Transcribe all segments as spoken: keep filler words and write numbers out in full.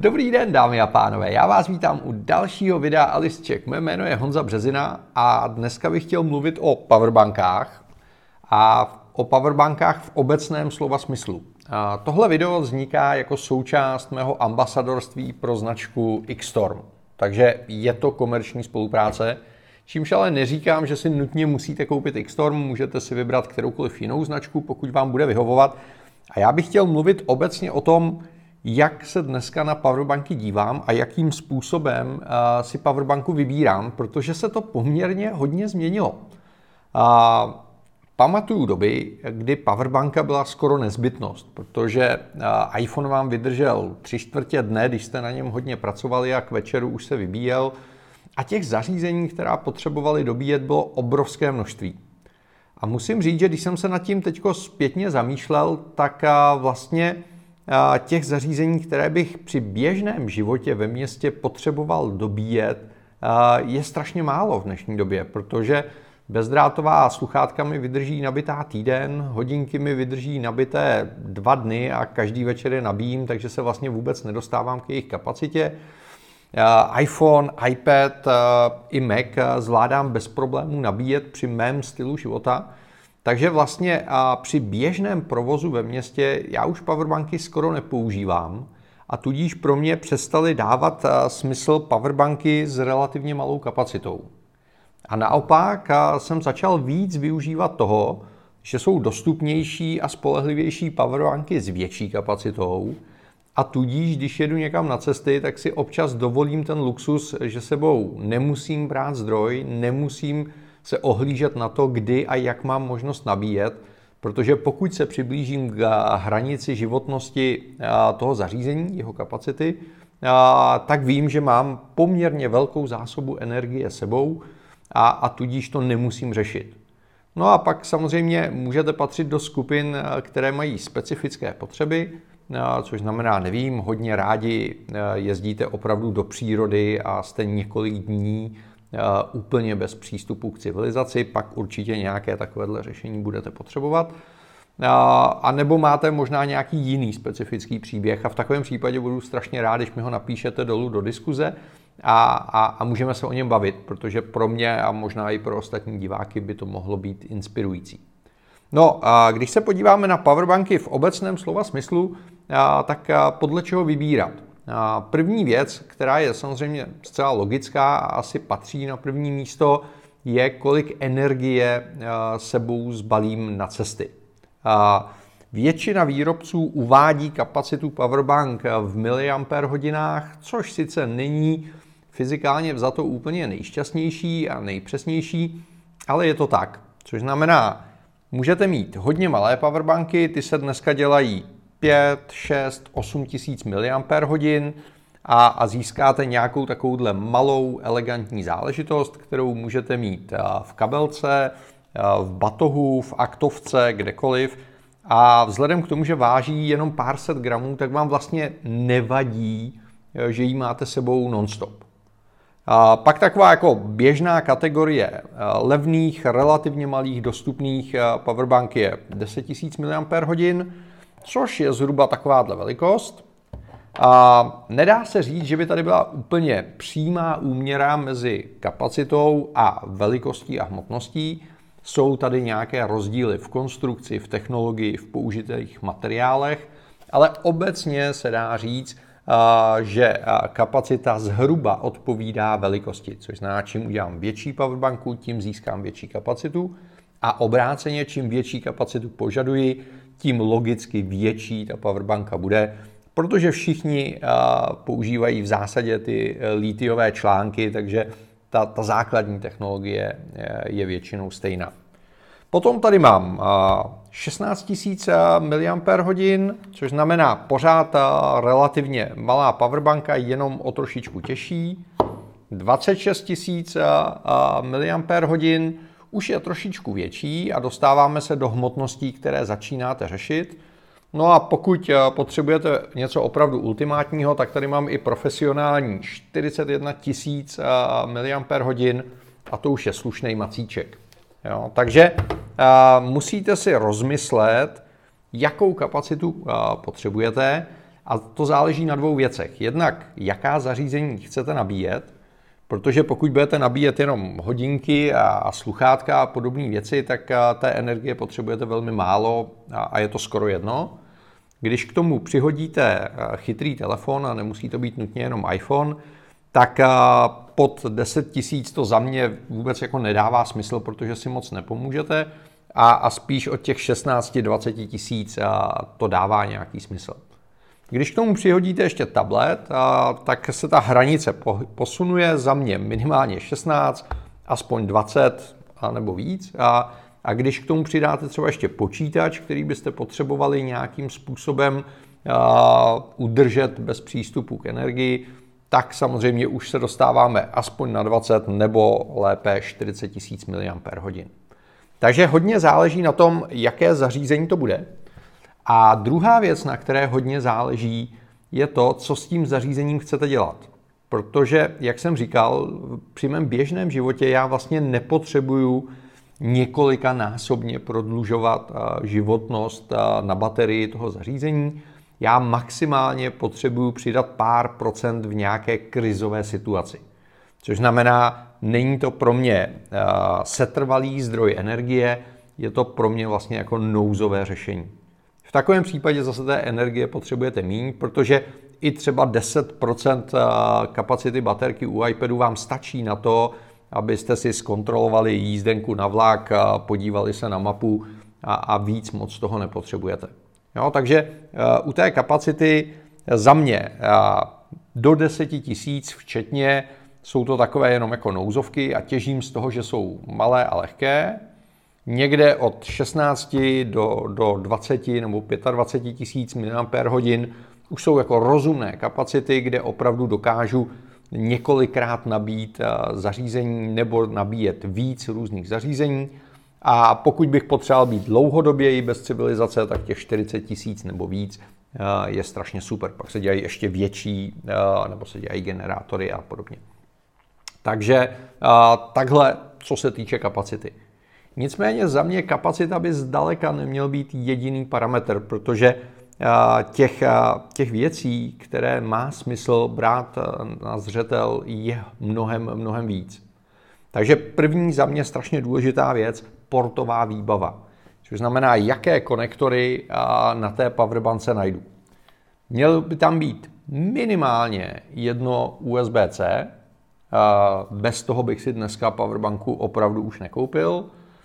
Dobrý den, dámy a pánové, já vás vítám u dalšího videa Alice Check. Mé jméno je Honza Březina a dneska bych chtěl mluvit o powerbankách a o powerbankách v obecném slova smyslu. A tohle video vzniká jako součást mého ambasadorství pro značku X-Storm, takže je to komerční spolupráce, čímž ale neříkám, že si nutně musíte koupit X-Storm, můžete si vybrat kteroukoliv jinou značku, pokud vám bude vyhovovat. A já bych chtěl mluvit obecně o tom, jak se dneska na powerbanky dívám a jakým způsobem uh, si powerbanku vybírám, protože se to poměrně hodně změnilo. Uh, pamatuju doby, kdy powerbanka byla skoro nezbytnost, protože uh, iPhone vám vydržel tři čtvrtě dne, když jste na něm hodně pracovali a k večeru už se vybíjel. A těch zařízení, která potřebovali dobíjet, bylo obrovské množství. A musím říct, že když jsem se nad tím teďko zpětně zamýšlel, tak uh, vlastně těch zařízení, které bych při běžném životě ve městě potřeboval dobíjet, je strašně málo v dnešní době, protože bezdrátová sluchátka mi vydrží nabitá týden, hodinky mi vydrží nabité dva dny a každý večer je nabíjím, takže se vlastně vůbec nedostávám k jejich kapacitě. iPhone, iPad i Mac zvládám bez problémů nabíjet při mém stylu života. Takže vlastně a při běžném provozu ve městě já už powerbanky skoro nepoužívám a tudíž pro mě přestaly dávat smysl powerbanky s relativně malou kapacitou. A naopak jsem začal víc využívat toho, že jsou dostupnější a spolehlivější powerbanky s větší kapacitou a tudíž, když jedu někam na cesty, tak si občas dovolím ten luxus, že sebou nemusím brát zdroj, nemusím se ohlížet na to, kdy a jak mám možnost nabíjet, protože pokud se přiblížím k hranici životnosti toho zařízení, jeho kapacity, tak vím, že mám poměrně velkou zásobu energie sebou a, a tudíž to nemusím řešit. No a pak samozřejmě můžete patřit do skupin, které mají specifické potřeby, což znamená, nevím, hodně rádi jezdíte opravdu do přírody a jste několik dní Uh, úplně bez přístupu k civilizaci, pak určitě nějaké takovéhle řešení budete potřebovat. Uh, a nebo máte možná nějaký jiný specifický příběh a v takovém případě budu strašně rád, když mi ho napíšete dolů do diskuze a, a, a můžeme se o něm bavit, protože pro mě a možná i pro ostatní diváky by to mohlo být inspirující. No, a když se podíváme na powerbanky v obecném slova smyslu, a, tak a podle čeho vybírat? A první věc, která je samozřejmě zcela logická a asi patří na první místo, je, kolik energie sebou zbalím na cesty. A většina výrobců uvádí kapacitu powerbank v miliampérhodinách, což sice není fyzikálně vzato úplně nejšťastnější a nejpřesnější, ale je to tak. Což znamená, můžete mít hodně malé powerbanky, ty se dneska dělají pět, šest, osm tisíc miliampérhodin a, a získáte nějakou takovouhle malou elegantní záležitost, kterou můžete mít v kabelce, v batohu, v aktovce, kdekoliv. A vzhledem k tomu, že váží jenom pár set gramů, tak vám vlastně nevadí, že ji máte sebou non-stop. A pak taková jako běžná kategorie levných, relativně malých, dostupných powerbank je deset tisíc miliampérhodin, což je zhruba takováhle velikost. A nedá se říct, že by tady byla úplně přímá úměra mezi kapacitou a velikostí a hmotností. Jsou tady nějaké rozdíly v konstrukci, v technologii, v použitých materiálech, ale obecně se dá říct, že kapacita zhruba odpovídá velikosti, což znamená, čím udělám větší powerbanku, tím získám větší kapacitu a obráceně, čím větší kapacitu požaduji, tím logicky větší ta powerbanka bude, protože všichni používají v zásadě ty litiové články, takže ta, ta základní technologie je většinou stejná. Potom tady mám šestnáct tisíc miliampérhodin, což znamená pořád relativně malá powerbanka, jenom o trošičku těžší. dvacet šest tisíc miliampérhodin už je trošičku větší a dostáváme se do hmotností, které začínáte řešit. No a pokud potřebujete něco opravdu ultimátního, tak tady mám i profesionální čtyřicet jedna tisíc miliampérhodin a to už je slušný macíček. Jo, takže uh, musíte si rozmyslet, jakou kapacitu uh, potřebujete A to záleží na dvou věcech. Jednak, jaká zařízení chcete nabíjet, protože pokud budete nabíjet jenom hodinky a sluchátka a podobné věci, tak té energie potřebujete velmi málo a je to skoro jedno. Když k tomu přihodíte chytrý telefon, a nemusí to být nutně jenom iPhone, tak pod deset tisíc to za mě vůbec jako nedává smysl, protože si moc nepomůžete a, a spíš od těch šestnáct dvacet tisíc to dává nějaký smysl. Když k tomu přihodíte ještě tablet, tak se ta hranice posunuje za mě minimálně šestnáct, aspoň dvacet a nebo víc. A, a když k tomu přidáte třeba ještě počítač, který byste potřebovali nějakým způsobem a, udržet bez přístupu k energii, tak samozřejmě už se dostáváme aspoň na dvacet nebo lépe čtyřicet tisíc miliampérhodin. Takže hodně záleží na tom, jaké zařízení to bude. A druhá věc, na které hodně záleží, je to, co s tím zařízením chcete dělat. Protože, jak jsem říkal, při mém běžném životě já vlastně nepotřebuju několikanásobně prodlužovat životnost na baterii toho zařízení. Já maximálně potřebuju přidat pár procent v nějaké krizové situaci. Což znamená, není to pro mě setrvalý zdroj energie, je to pro mě vlastně jako nouzové řešení. V takovém případě zase té energie potřebujete méně, protože i třeba deset procent kapacity baterky u iPadu vám stačí na to, abyste si zkontrolovali jízdenku na vlak, podívali se na mapu a, a víc moc toho nepotřebujete. Jo, takže u té kapacity za mě do deset tisíc včetně jsou to takové jenom jako nouzovky a těžím z toho, že jsou malé a lehké. Někde od šestnácti do, do dvaceti nebo dvaceti pěti tisíc miliampérhodin už jsou jako rozumné kapacity, kde opravdu dokážu několikrát nabít zařízení nebo nabíjet víc různých zařízení. A pokud bych potřeboval být dlouhodoběji bez civilizace, tak těch čtyřicet tisíc nebo víc je strašně super. Pak se dělají ještě větší, nebo se dělají generátory a podobně. Takže takhle, co se týče kapacity. Nicméně za mě kapacita by zdaleka neměl být jediný parametr, protože těch, těch věcí, které má smysl brát na zřetel, je mnohem, mnohem víc. Takže první za mě strašně důležitá věc, portová výbava. Což znamená, jaké konektory na té powerbance najdu. Měl by tam být minimálně jedno U S B C, bez toho bych si dneska powerbanku opravdu už nekoupil.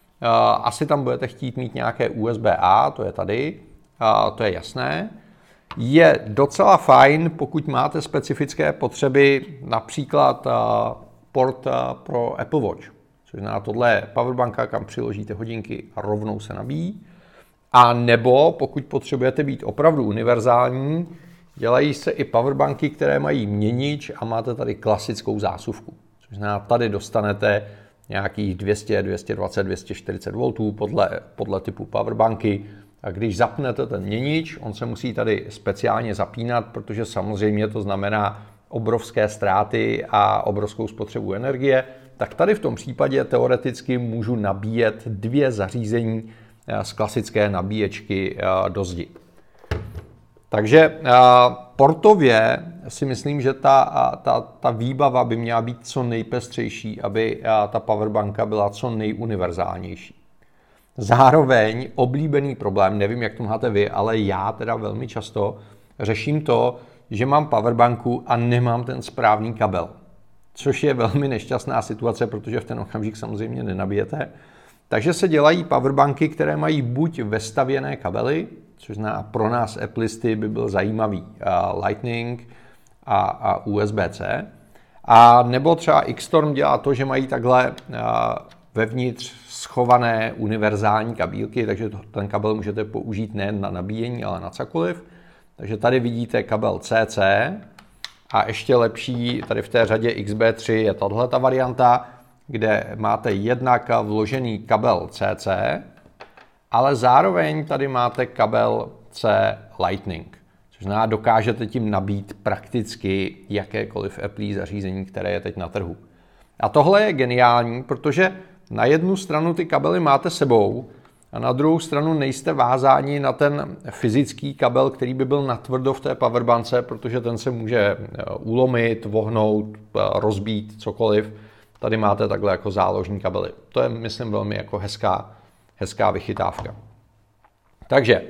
Asi tam budete chtít mít nějaké U S B A, to je tady, to je jasné. Je docela fajn, pokud máte specifické potřeby, například port pro Apple Watch. Což znamená, tohle je powerbanka, kam přiložíte hodinky a rovnou se nabíjí. A nebo pokud potřebujete být opravdu univerzální, dělají se i powerbanky, které mají měnič a máte tady klasickou zásuvku. Což znamená, tady dostanete nějakých dvě stě, dvě stě dvacet, dvě stě čtyřicet voltů podle, podle typu powerbanky. A když zapnete ten měnič, on se musí tady speciálně zapínat, protože samozřejmě to znamená obrovské ztráty a obrovskou spotřebu energie, tak tady v tom případě teoreticky můžu nabíjet dvě zařízení z klasické nabíječky do zdi. Takže portově si myslím, že ta, ta, ta výbava by měla být co nejpestřejší, aby ta powerbanka byla co nejuniverzálnější. Zároveň oblíbený problém, nevím, jak to máte vy, ale já teda velmi často řeším to, že mám powerbanku a nemám ten správný kabel. Což je velmi nešťastná situace, protože v ten okamžik samozřejmě nenabijete. Takže se dělají powerbanky, které mají buď vestavěné kabely, což znamená pro nás Appleisty by byl zajímavý uh, Lightning a, a U S B C. A nebo třeba Xtorm dělá to, že mají takhle uh, vevnitř schované univerzální kabílky, takže to, ten kabel můžete použít nejen na nabíjení, ale na cokoliv. Takže tady vidíte kabel C C a ještě lepší tady v té řadě X B tři je tato varianta, kde máte jednak vložený kabel C C, ale zároveň tady máte kabel C Lightning, což znamená, dokážete tím nabít prakticky jakékoliv Apple zařízení, které je teď na trhu. A tohle je geniální, protože na jednu stranu ty kabely máte sebou A na druhou stranu nejste vázáni na ten fyzický kabel, který by byl natvrdo v té powerbance, protože ten se může ulomit, vohnout, rozbít, cokoliv. Tady máte takhle jako záložní kabely. To je, myslím, velmi jako hezká, hezká vychytávka. Takže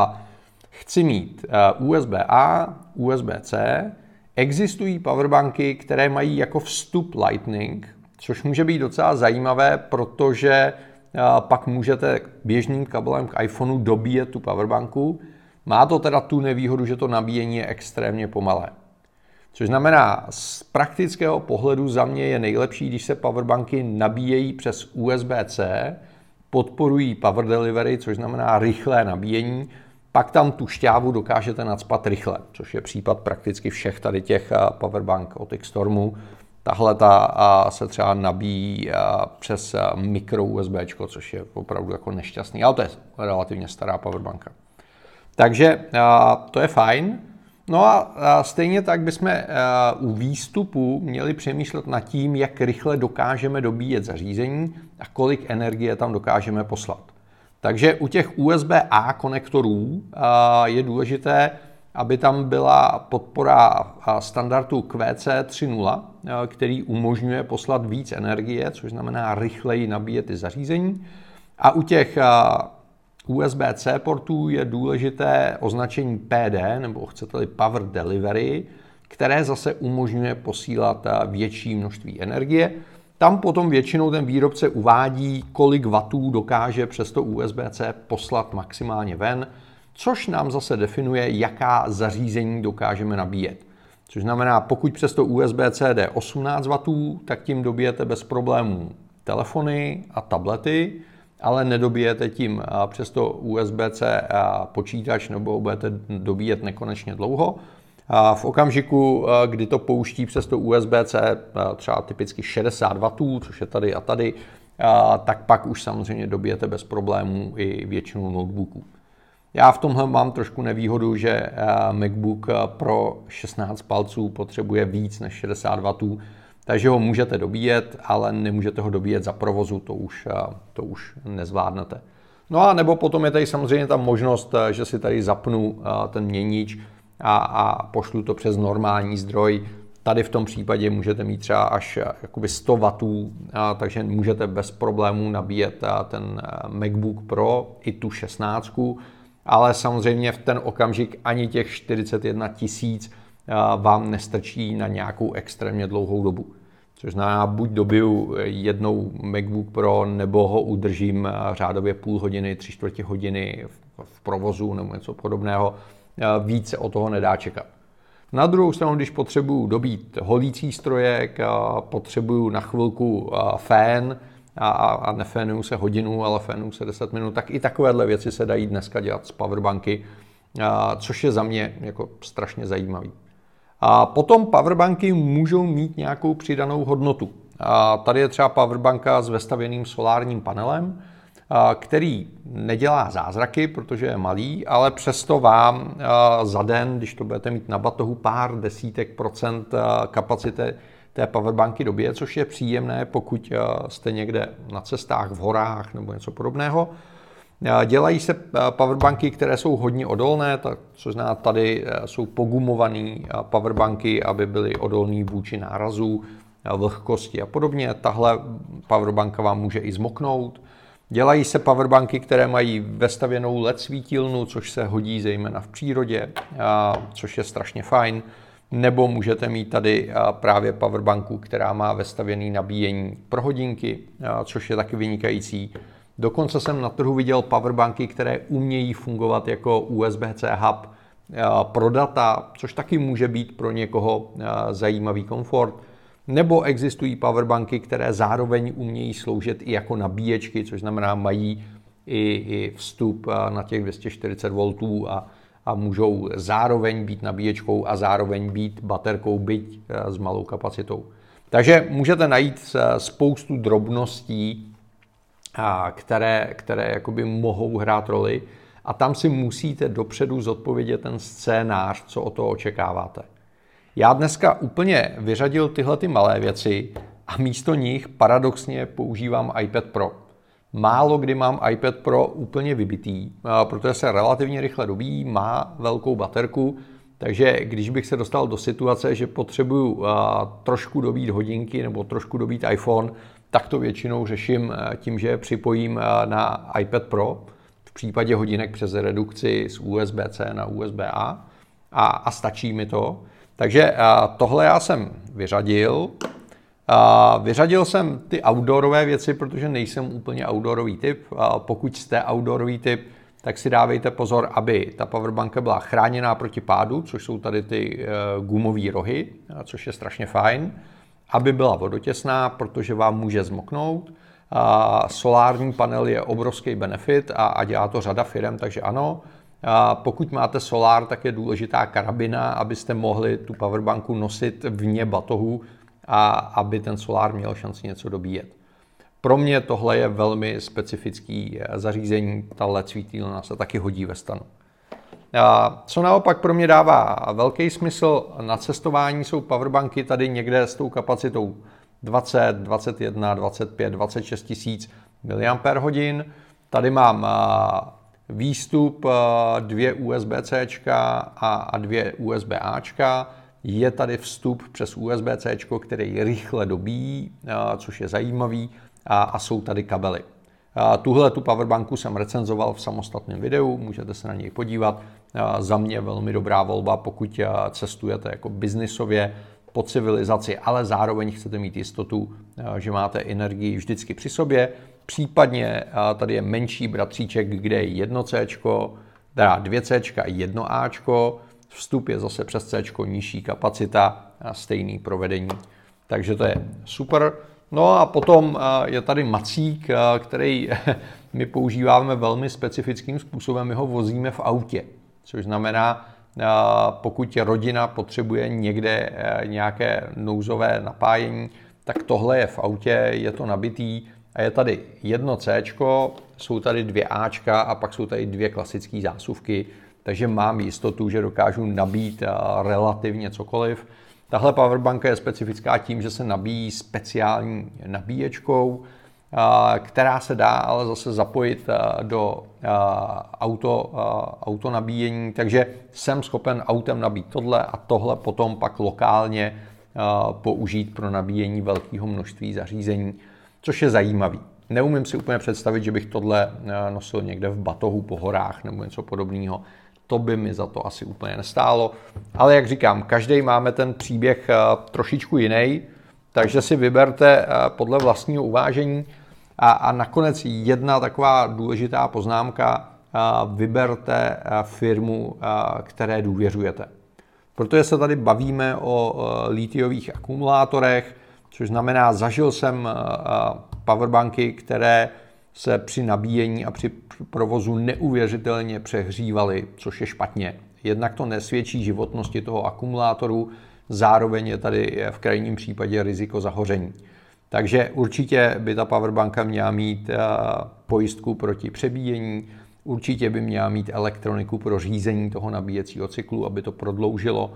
chci mít U S B A, U S B C, existují powerbanky, které mají jako vstup Lightning, což může být docela zajímavé, protože pak můžete běžným kabelem k iPhoneu dobíjet tu powerbanku. Má to teda tu nevýhodu, že to nabíjení je extrémně pomalé. Což znamená, z praktického pohledu za mě je nejlepší, když se powerbanky nabíjejí přes U S B C, podporují power delivery, což znamená rychlé nabíjení, pak tam tu šťávu dokážete nacpat rychle, což je případ prakticky všech tady těch powerbank od Xtormu. Tahle ta se třeba nabíjí přes mikro USBčko, což je opravdu jako nešťastný, ale to je relativně stará powerbanka. Takže to je fajn. No a stejně tak bychom u výstupu měli přemýšlet nad tím, jak rychle dokážeme dobíjet zařízení a kolik energie tam dokážeme poslat. Takže u těch U S B A konektorů je důležité, aby tam byla podpora standardu Q C tři tečka nula, který umožňuje poslat víc energie, což znamená rychleji nabíjet ty zařízení. A u těch U S B C portů je důležité označení P D, nebo chcete-li Power Delivery, které zase umožňuje posílat větší množství energie. Tam potom většinou ten výrobce uvádí, kolik wattů dokáže přes to U S B C poslat maximálně ven, což nám zase definuje, jaká zařízení dokážeme nabíjet. Což znamená, pokud přes to U S B C jde osmnáct wattů, tak tím dobijete bez problémů telefony a tablety, ale nedobijete tím přes to U S B C počítač nebo budete dobíjet nekonečně dlouho. V okamžiku, kdy to pouští přes to U S B C třeba typicky šedesát wattů, což je tady a tady, tak pak už samozřejmě dobijete bez problémů i většinu notebooků. Já v tomhle mám trošku nevýhodu, že MacBook Pro šestnáct palců potřebuje víc než šedesát wattů, takže ho můžete dobíjet, ale nemůžete ho dobíjet za provozu, to už, to už nezvládnete. No a nebo potom je tady samozřejmě ta možnost, že si tady zapnu ten měnič a, a pošlu to přes normální zdroj. Tady v tom případě můžete mít třeba až jakoby sto wattů, takže můžete bez problémů nabíjet ten MacBook Pro i tu šestnáctku, ale samozřejmě v ten okamžik ani těch čtyřicet jedna tisíc vám nestrčí na nějakou extrémně dlouhou dobu. Což znamená, buď dobiju jednou MacBook Pro, nebo ho udržím řádově půl hodiny, tři čtvrtě hodiny v provozu nebo něco podobného. Více od toho nedá čekat. Na druhou stranu, když potřebuju dobít holící strojek, potřebuju na chvilku fén a nefénuju se hodinu, ale fénuju se deset minut, tak i takovéhle věci se dají dneska dělat z powerbanky, což je za mě jako strašně zajímavý. A potom powerbanky můžou mít nějakou přidanou hodnotu. A tady je třeba powerbanka s vestavěným solárním panelem, který nedělá zázraky, protože je malý, ale přesto vám za den, když to budete mít na batohu, pár desítek procent kapacity té powerbanky dobije, což je příjemné, pokud jste někde na cestách, v horách nebo něco podobného. Dělají se powerbanky, které jsou hodně odolné, tak, což znamená, tady jsou pogumované powerbanky, aby byly odolné vůči nárazu, vlhkosti a podobně. Tahle powerbanka vám může i zmoknout. Dělají se powerbanky, které mají vestavěnou L E D svítilnu, což se hodí zejména v přírodě, což je strašně fajn. Nebo můžete mít tady právě powerbanku, která má vestavěný nabíjení pro hodinky, což je taky vynikající. Dokonce jsem na trhu viděl powerbanky, které umějí fungovat jako U S B C hub pro data, což taky může být pro někoho zajímavý komfort. Nebo existují powerbanky, které zároveň umějí sloužit i jako nabíječky, což znamená, mají i, i vstup na těch dvě stě čtyřicet voltů a, a můžou zároveň být nabíječkou a zároveň být baterkou, byť s malou kapacitou. Takže můžete najít spoustu drobností, které, které jakoby mohou hrát roli a tam si musíte dopředu zodpovědět ten scénář, co od toho očekáváte. Já dneska úplně vyřadil tyhle ty malé věci a místo nich paradoxně používám iPad Pro. Málo kdy mám iPad Pro úplně vybitý, protože se relativně rychle dobíjí, má velkou baterku, takže když bych se dostal do situace, že potřebuju trošku dobít hodinky nebo trošku dobít iPhone, tak to většinou řeším tím, že je připojím na iPad Pro, v případě hodinek přes redukci z U S B C na U S B A a, a stačí mi to. Takže tohle já jsem vyřadil. Vyřadil jsem ty outdoorové věci, protože nejsem úplně outdoorový typ. Pokud jste outdoorový typ, tak si dávejte pozor, aby ta powerbanka byla chráněná proti pádu, což jsou tady ty gumové rohy, což je strašně fajn. Aby byla vodotěsná, protože vám může zmoknout. Solární panel je obrovský benefit a dělá to řada firem, takže ano. Pokud máte solár, tak je důležitá karabina, abyste mohli tu powerbanku nosit vně batohu a aby ten solár měl šanci něco dobíjet. Pro mě tohle je velmi specifický zařízení, ta L E D svítilna se taky hodí ve stanu. Co naopak pro mě dává velký smysl na cestování, jsou powerbanky tady někde s tou kapacitou dvacet, dvacet jedna, dvacet pět, dvacet šest tisíc miliampérů hodin. Tady mám výstup dvě U S B C a dvě U S B A. Je tady vstup přes U S B C, který rychle dobíjí, což je zajímavý, a jsou tady kabely. Tuhle tu powerbanku jsem recenzoval v samostatném videu, můžete se na něj podívat. Za mě velmi dobrá volba, pokud cestujete jako biznisově po civilizaci, ale zároveň chcete mít jistotu, že máte energii vždycky při sobě. Případně tady je menší bratříček, kde je jedno C, teda dvě C a jedno A. Vstup je zase přes C, nižší kapacita a stejný provedení. Takže to je super. No a potom je tady macík, který my používáme velmi specifickým způsobem. My ho vozíme v autě, což znamená, pokud rodina potřebuje někde nějaké nouzové napájení, tak tohle je v autě, je to nabitý a je tady jedno C, jsou tady dvě Ačka a pak jsou tady dvě klasické zásuvky, takže mám jistotu, že dokážu nabít relativně cokoliv. Tahle powerbanka je specifická tím, že se nabíjí speciální nabíječkou, která se dá ale zase zapojit do auto, auto nabíjení, takže jsem schopen autem nabít tohle a tohle potom pak lokálně použít pro nabíjení velkého množství zařízení, což je zajímavý. Neumím si úplně představit, že bych tohle nosil někde v batohu po horách nebo něco podobného. To by mi za to asi úplně nestálo. Ale jak říkám, každý máme ten příběh trošičku jiný, takže si vyberte podle vlastního uvážení. A, a nakonec jedna taková důležitá poznámka, vyberte firmu, které důvěřujete. Protože se tady bavíme o litiových akumulátorech, což znamená, zažil jsem powerbanky, které se při nabíjení a při provozu neuvěřitelně přehřívaly, což je špatně. Jednak to nesvědčí životnosti toho akumulátoru, zároveň je tady v krajním případě riziko zahoření. Takže určitě by ta powerbanka měla mít pojistku proti přebíjení, určitě by měla mít elektroniku pro řízení toho nabíjecího cyklu, aby to prodloužilo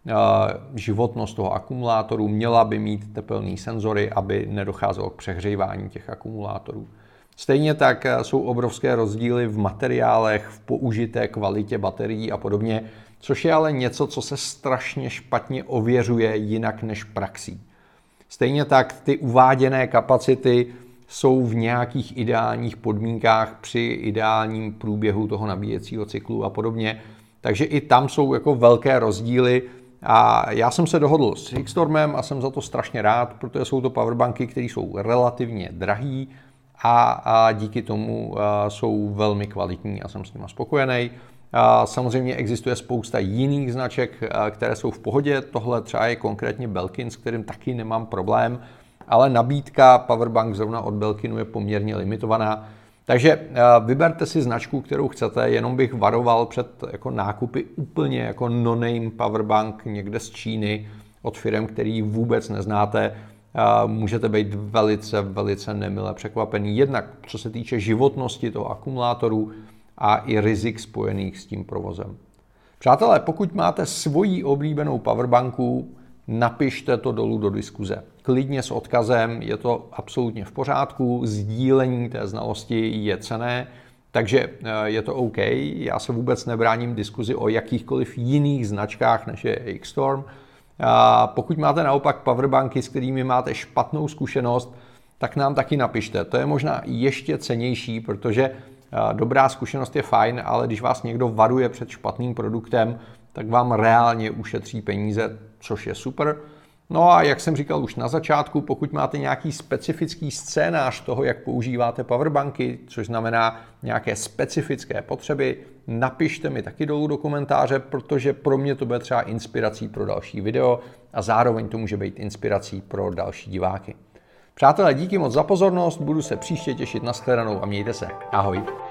životnost toho akumulátoru, měla by mít tepelné senzory, aby nedocházelo k přehřívání těch akumulátorů. Stejně tak jsou obrovské rozdíly v materiálech, v použité kvalitě baterií a podobně, což je ale něco, co se strašně špatně ověřuje jinak než praxí. Stejně tak ty uváděné kapacity jsou v nějakých ideálních podmínkách při ideálním průběhu toho nabíjecího cyklu a podobně. Takže i tam jsou jako velké rozdíly a já jsem se dohodl s Hixstormem a jsem za to strašně rád, protože jsou to powerbanky, které jsou relativně drahé a, a díky tomu a, jsou velmi kvalitní a jsem s nimi spokojený. A samozřejmě existuje spousta jiných značek, a, které jsou v pohodě. Tohle třeba je konkrétně Belkin, s kterým taky nemám problém, ale nabídka powerbank zrovna od Belkinu je poměrně limitovaná. Takže vyberte si značku, kterou chcete, jenom bych varoval před jako nákupy úplně jako no-name powerbank někde z Číny od firem, který vůbec neznáte. Můžete být velice, velice nemile překvapený, jednak co se týče životnosti toho akumulátoru a i rizik spojených s tím provozem. Přátelé, pokud máte svoji oblíbenou powerbanku, napište to dolů do diskuze. Klidně s odkazem, je to absolutně v pořádku, sdílení té znalosti je cenné, takže je to OK. Já se vůbec nebráním diskuzi o jakýchkoliv jiných značkách, než je X-Storm. A pokud máte naopak powerbanky, s kterými máte špatnou zkušenost, tak nám taky napište. To je možná ještě cennější, protože dobrá zkušenost je fajn, ale když vás někdo varuje před špatným produktem, tak vám reálně ušetří peníze, což je super. No a jak jsem říkal už na začátku, pokud máte nějaký specifický scénář toho, jak používáte powerbanky, což znamená nějaké specifické potřeby, napište mi taky dolů do komentáře, protože pro mě to bude třeba inspirací pro další video a zároveň to může být inspirací pro další diváky. Přátelé, díky moc za pozornost, budu se příště těšit na shledanou a mějte se. Ahoj.